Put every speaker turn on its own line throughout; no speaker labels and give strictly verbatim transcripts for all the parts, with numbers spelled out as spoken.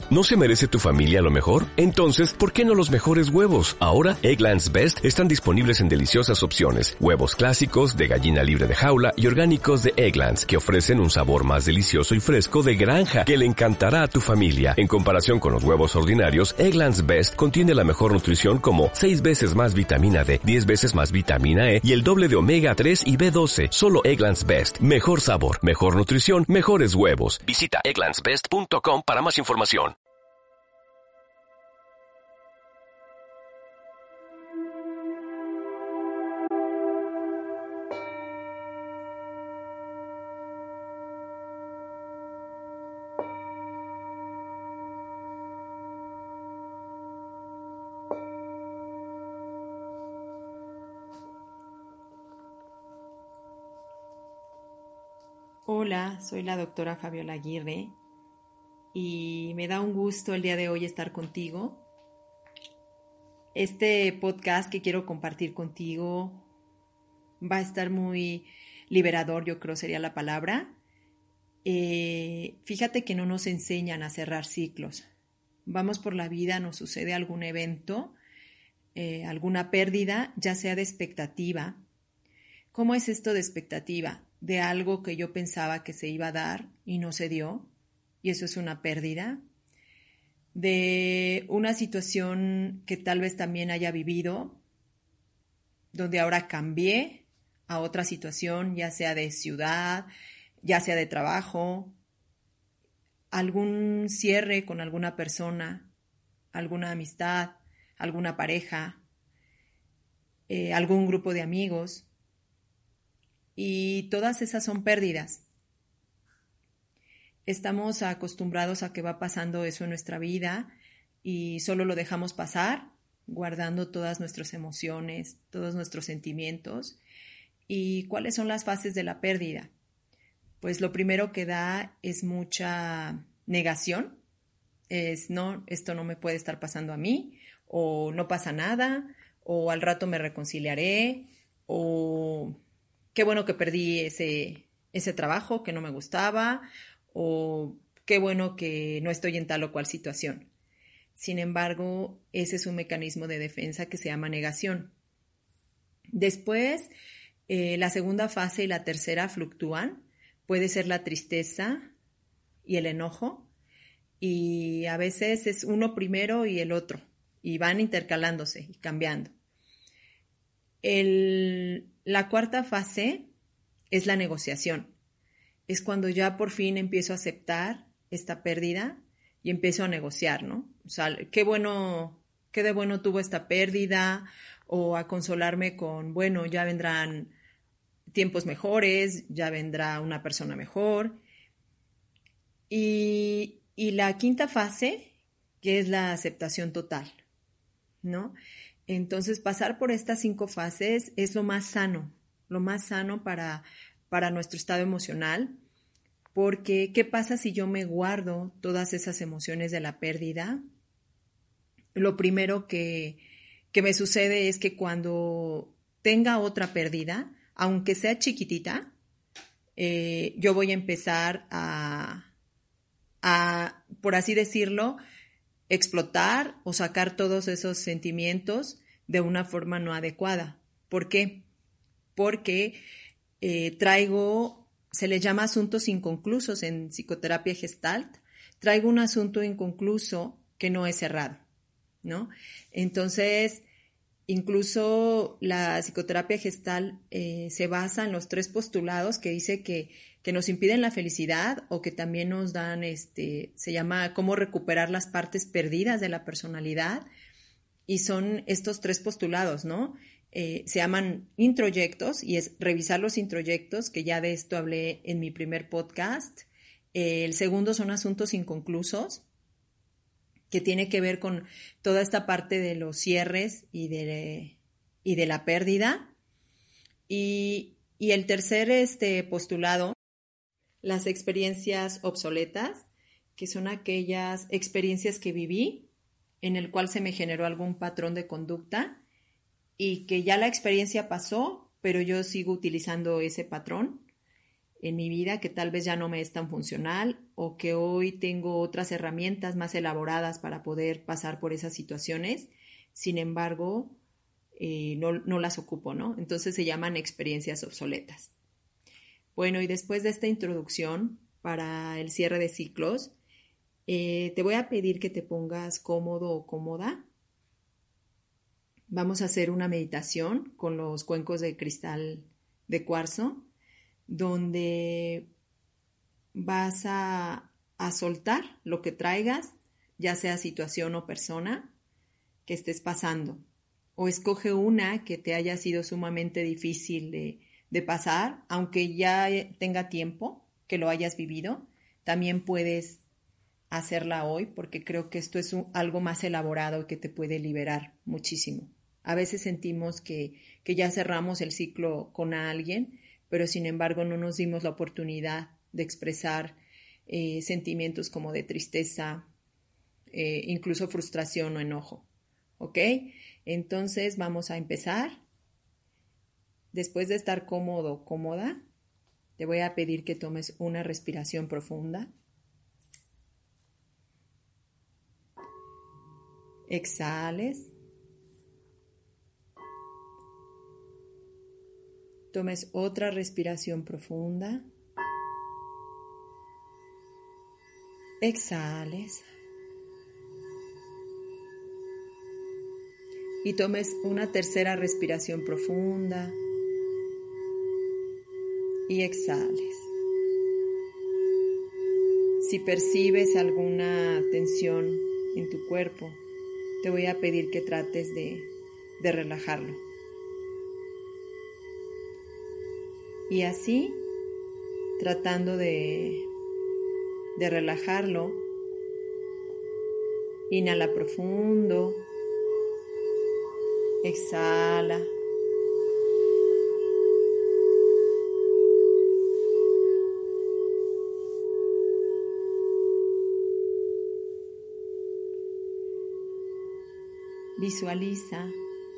¿No se merece tu familia lo mejor? Entonces, ¿por qué no los mejores huevos? Ahora, Eggland's Best están disponibles en deliciosas opciones. Huevos clásicos, de gallina libre de jaula y orgánicos de Eggland's, que ofrecen un sabor más delicioso y fresco de granja, que le encantará a tu familia. En comparación con los huevos ordinarios, Eggland's Best contiene la mejor nutrición como seis veces más vitamina D, diez veces más vitamina E y el doble de omega tres y B doce. Solo Eggland's Best. Mejor sabor, mejor nutrición, mejores huevos. Visita egglands best punto com para más información.
Hola, soy la doctora Fabiola Aguirre y me da un gusto el día de hoy estar contigo. Este podcast que quiero compartir contigo va a estar muy liberador, yo creo sería la palabra. Eh, fíjate que no nos enseñan a cerrar ciclos. Vamos por la vida, nos sucede algún evento, eh, alguna pérdida, ya sea de expectativa. ¿Cómo es esto de expectativa? De algo que yo pensaba que se iba a dar y no se dio, y eso es una pérdida. De una situación que tal vez también haya vivido, donde ahora cambié a otra situación, ya sea de ciudad, ya sea de trabajo, algún cierre con alguna persona, alguna amistad, alguna pareja, eh, algún grupo de amigos. Y todas esas son pérdidas. Estamos acostumbrados a que va pasando eso en nuestra vida y solo lo dejamos pasar, guardando todas nuestras emociones, todos nuestros sentimientos. ¿Y cuáles son las fases de la pérdida? Pues lo primero que da es mucha negación. Es, no, esto no me puede estar pasando a mí, o no pasa nada, o al rato me reconciliaré, o qué bueno que perdí ese, ese trabajo que no me gustaba, o qué bueno que no estoy en tal o cual situación. Sin embargo, ese es un mecanismo de defensa que se llama negación. Después, eh, la segunda fase y la tercera fluctúan. Puede ser la tristeza y el enojo, y a veces es uno primero y el otro, y van intercalándose y cambiando. El, la cuarta fase es la negociación. Es cuando ya por fin empiezo a aceptar esta pérdida y empiezo a negociar, ¿no? O sea, qué bueno, qué de bueno tuvo esta pérdida, o a consolarme con, bueno, ya vendrán tiempos mejores, ya vendrá una persona mejor. Y, y la quinta fase, que es la aceptación total, ¿no? Entonces, pasar por estas cinco fases es lo más sano, lo más sano para, para nuestro estado emocional, porque ¿qué pasa si yo me guardo todas esas emociones de la pérdida? Lo primero que, que me sucede es que cuando tenga otra pérdida, aunque sea chiquitita, eh, yo voy a empezar a, a, por así decirlo, explotar o sacar todos esos sentimientos de una forma no adecuada. ¿Por qué? Porque eh, traigo, se le llama asuntos inconclusos en psicoterapia Gestalt, traigo un asunto inconcluso que no es cerrado, ¿no? Entonces, incluso la psicoterapia Gestalt eh, se basa en los tres postulados que dice que que nos impiden la felicidad, o que también nos dan, este, se llama cómo recuperar las partes perdidas de la personalidad, y son estos tres postulados, ¿no? Eh, se llaman introyectos, y es revisar los introyectos, que ya de esto hablé en mi primer podcast. Eh, el segundo son asuntos inconclusos, que tiene que ver con toda esta parte de los cierres y de, y de la pérdida. Y, y el tercer este, postulado, las experiencias obsoletas, que son aquellas experiencias que viví en el cual se me generó algún patrón de conducta y que ya la experiencia pasó, pero yo sigo utilizando ese patrón. en mi vida que tal vez ya no me es tan funcional o que hoy tengo otras herramientas más elaboradas para poder pasar por esas situaciones, sin embargo, eh, no, no las ocupo, ¿no? Entonces se llaman experiencias obsoletas. Bueno, y después de esta introducción para el cierre de ciclos, eh, te voy a pedir que te pongas cómodo o cómoda. Vamos a hacer una meditación con los cuencos de cristal de cuarzo, donde vas a, a soltar lo que traigas, ya sea situación o persona que estés pasando. O escoge una que te haya sido sumamente difícil de, de pasar, aunque ya tenga tiempo que lo hayas vivido, también puedes hacerla hoy porque creo que esto es un, algo más elaborado y que te puede liberar muchísimo. A veces sentimos que, que ya cerramos el ciclo con alguien, pero sin embargo no nos dimos la oportunidad de expresar eh, sentimientos como de tristeza, eh, incluso frustración o enojo. ¿Ok? Entonces vamos a empezar. Después de estar cómodo o cómoda, te voy a pedir que tomes una respiración profunda. Exhales. Tomes otra respiración profunda. Exhales. Y tomes una tercera respiración profunda. Y exhales. Si percibes alguna tensión en tu cuerpo, te voy a pedir que trates de, de relajarlo. Y así, tratando de, de relajarlo, inhala profundo, exhala. Visualiza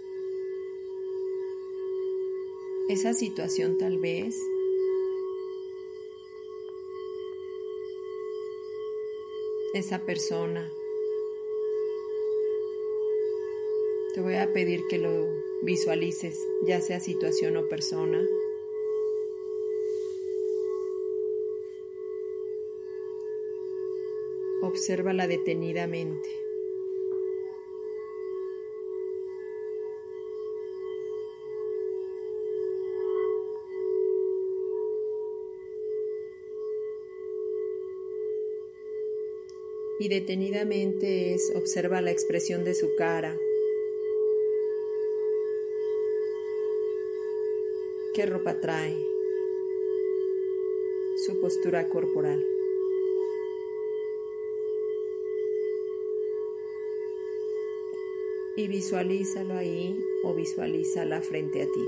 esa situación tal vez esa persona. Te voy a pedir que lo visualices, ya sea situación o persona. Obsérvala detenidamente. Y detenidamente es observa la expresión de su cara. ¿Qué ropa trae? Su postura corporal. Y visualízalo ahí o visualízala frente a ti.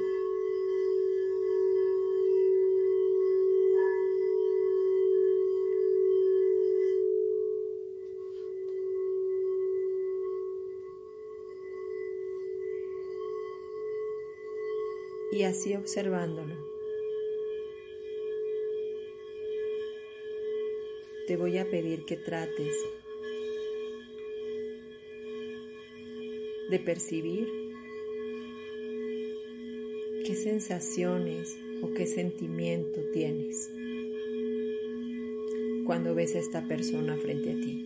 Y así observándolo, te voy a pedir que trates de percibir qué sensaciones o qué sentimiento tienes cuando ves a esta persona frente a ti.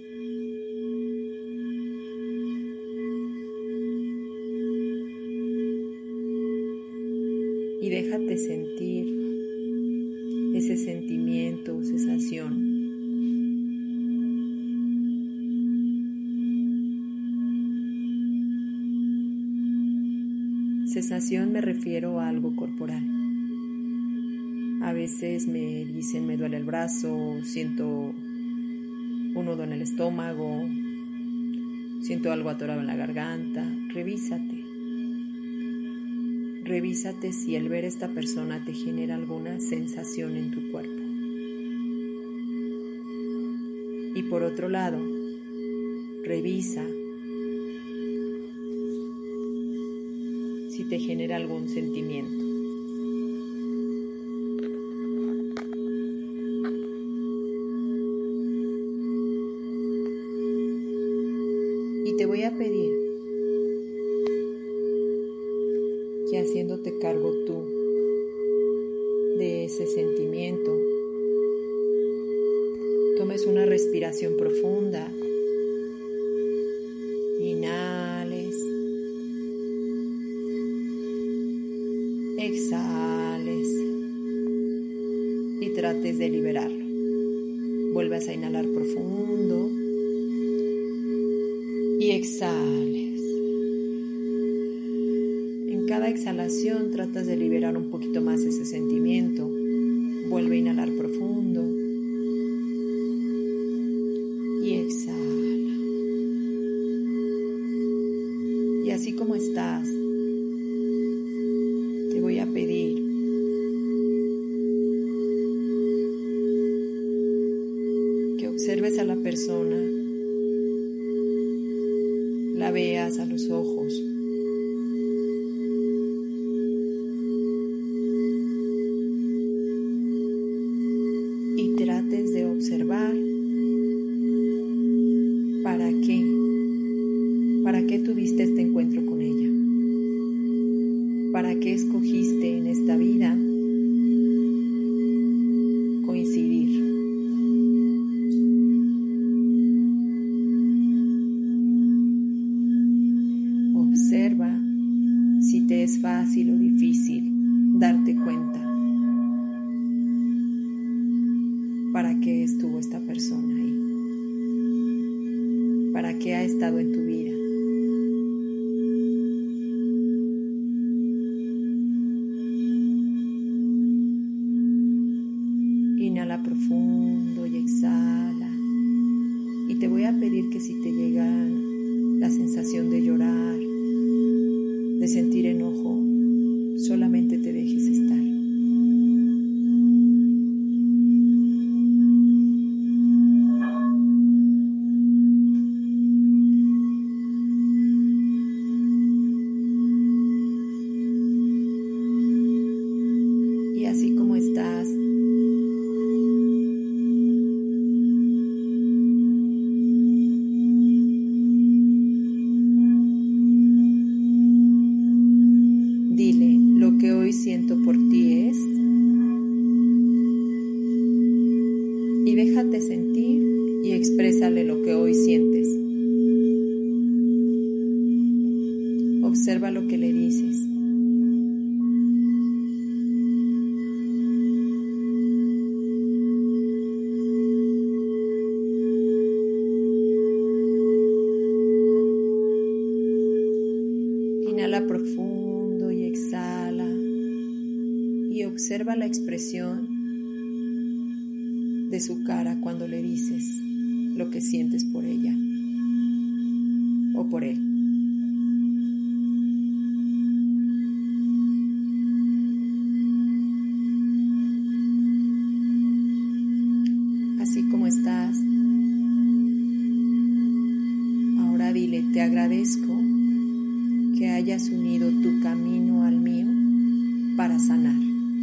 Y déjate sentir ese sentimiento o sensación. Sensación me refiero a algo corporal. A veces me dicen me duele el brazo, siento un nudo en el estómago, siento algo atorado en la garganta. Revísate. Revísate si el ver a esta persona te genera alguna sensación en tu cuerpo. Y por otro lado, revisa si te genera algún sentimiento. Y te voy a pedir que haciéndote cargo tú de ese sentimiento, tomes una respiración profunda, inhales, exhales y trates de liberarlo. Vuelvas a inhalar profundo y exhales. En cada exhalación tratas de liberar un poquito más ese sentimiento. Vuelve a inhalar profundo y exhala. Y así como estás, te voy a pedir que observes a la persona, la veas a los ojos y trates de observar para qué, para qué tuviste este encuentro con ella, para qué escogiste en esta vida coincidir. Observa si te es fácil o difícil darte cuenta para qué estuvo esta persona ahí, para qué ha estado en tu vida. Inhala profundo y exhala. Y te voy a pedir que si te llega la sensación de llorar, de sentir enojo, solamente te dejes estar. Y así como estás, dile: lo que hoy siento por ti es, y déjate sentir y exprésale lo que hoy sientes. Observa lo que le dices. Inhala profundo y exhala y observa la expresión de su cara cuando le dices lo que sientes por ella o por él. Así como estás, ahora dile: te agradezco que hayas unido tu camino al mío para sanar.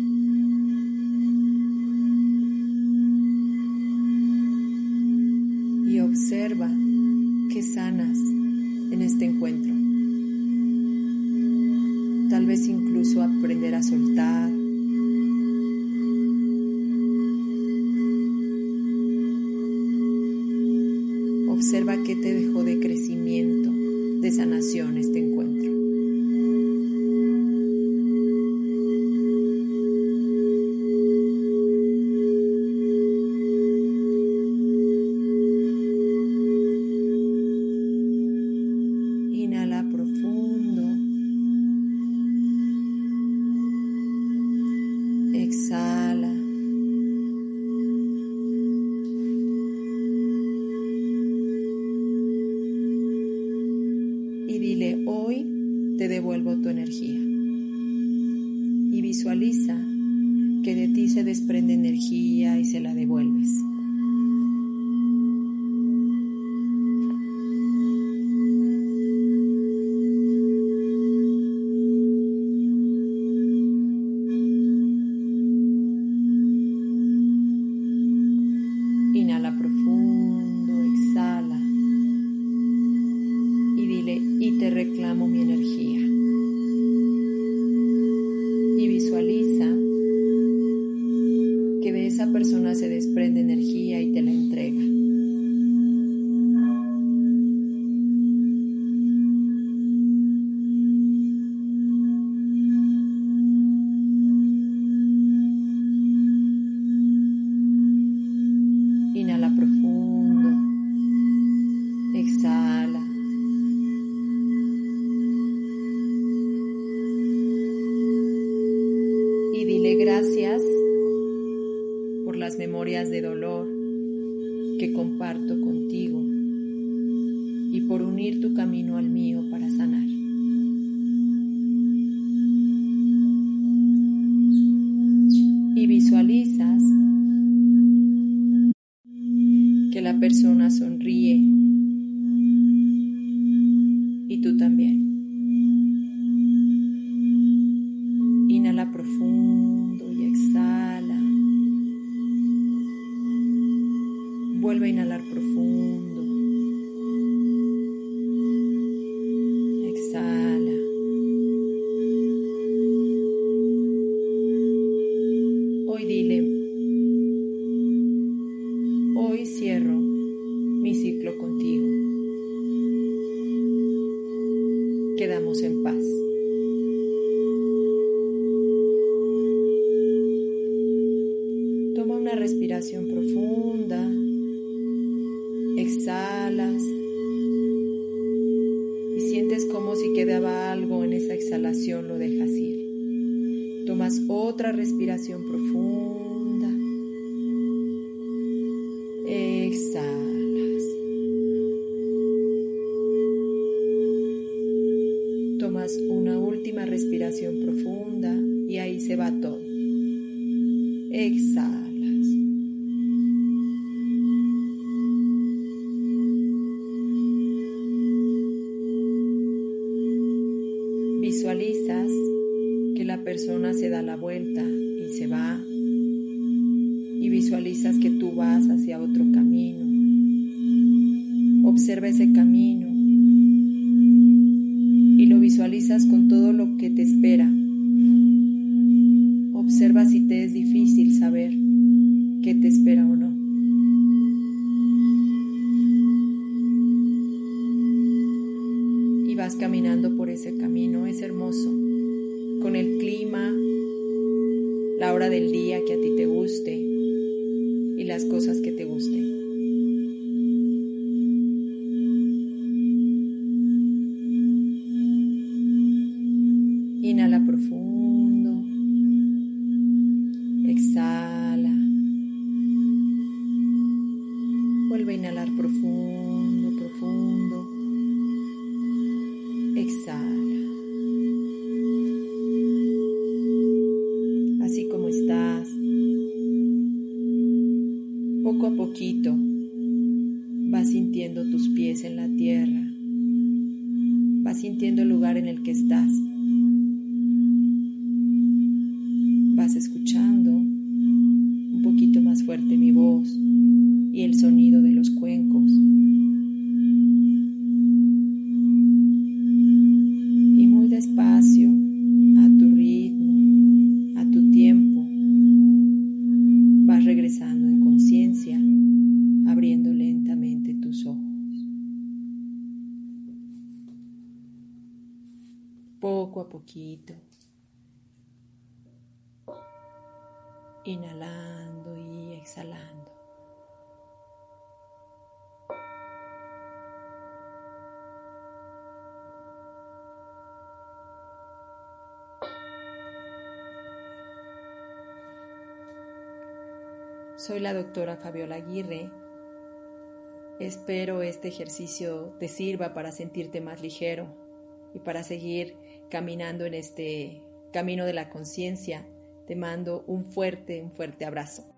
Y observa que sanas en este encuentro. Tal vez incluso aprender a soltar. Observa qué te dejó de crecimiento, de sanación este encuentro. Inhala profundo. Exhala. Y dile: hoy te devuelvo tu energía. Y visualiza que de ti se desprende energía y se la devuelves. Inhala profundo, exhala. dile, y te reclamo mi energía. Y visualiza que de esa persona se desprende energía y te la entrega. Inhala profundo, exhala. Y dile gracias por las memorias de dolor que comparto contigo y por unir tu camino al mío para sanar. Y visualizas que la persona sonríe y tú también. Inhala profundo y exhala. Vuelve a inhalar profundo. Exhala. Hoy dile, hoy cierro mi ciclo contigo. Quedamos en paz. Toma una respiración profunda. Exhalas. Y sientes como si quedaba algo en esa exhalación, lo dejas ir. Tomas otra respiración profunda. Exhalas. Tomas una última respiración profunda y ahí se va todo. Exhalas. Visualizas que la persona se da la vuelta y se va. Y visualizas que tú vas hacia otro camino. Observa ese camino y lo visualizas con todo lo que te espera. Observa si te es difícil saber qué te espera o no. Y vas caminando por ese camino, es hermoso, con el clima, la hora del día que a ti te guste y las cosas que te gusten. Inhala profundo, exhala, vuelve a inhalar profundo, profundo, exhala. Así como estás, poco a poquito vas sintiendo tus pies en la tierra, vas sintiendo el lugar en el que estás. Vas escuchando un poquito más fuerte mi voz y el sonido de los cuencos. Y muy despacio, a tu ritmo, a tu tiempo, vas regresando en conciencia, abriendo lentamente tus ojos. Poco a poquito. Inhalando y exhalando. Soy la doctora Fabiola Aguirre. Espero este ejercicio te sirva para sentirte más ligero y para seguir caminando en este camino de la conciencia. Te mando un fuerte, un fuerte abrazo.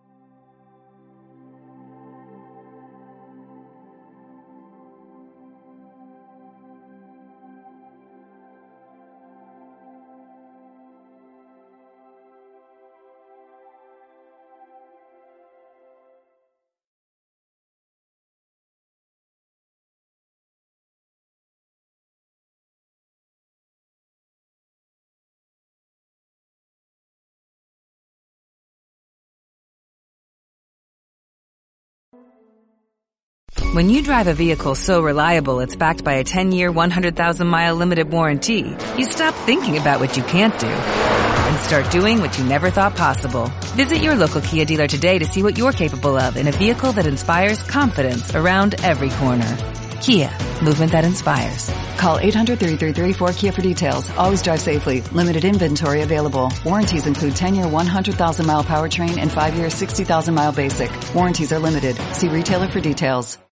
When you drive a vehicle so reliable it's backed by a ten-year, one hundred thousand mile limited warranty, you stop thinking about what you can't do and start doing what you never thought possible. Visit your local Kia dealer today to see what you're capable of in a vehicle that inspires confidence around every corner. Kia, movement that inspires.
Call eight hundred, three three three, four K I A for details. Always drive safely. Limited inventory available. Warranties include ten-year, one hundred thousand mile powertrain and five-year, sixty thousand mile basic. Warranties are limited. See retailer for details.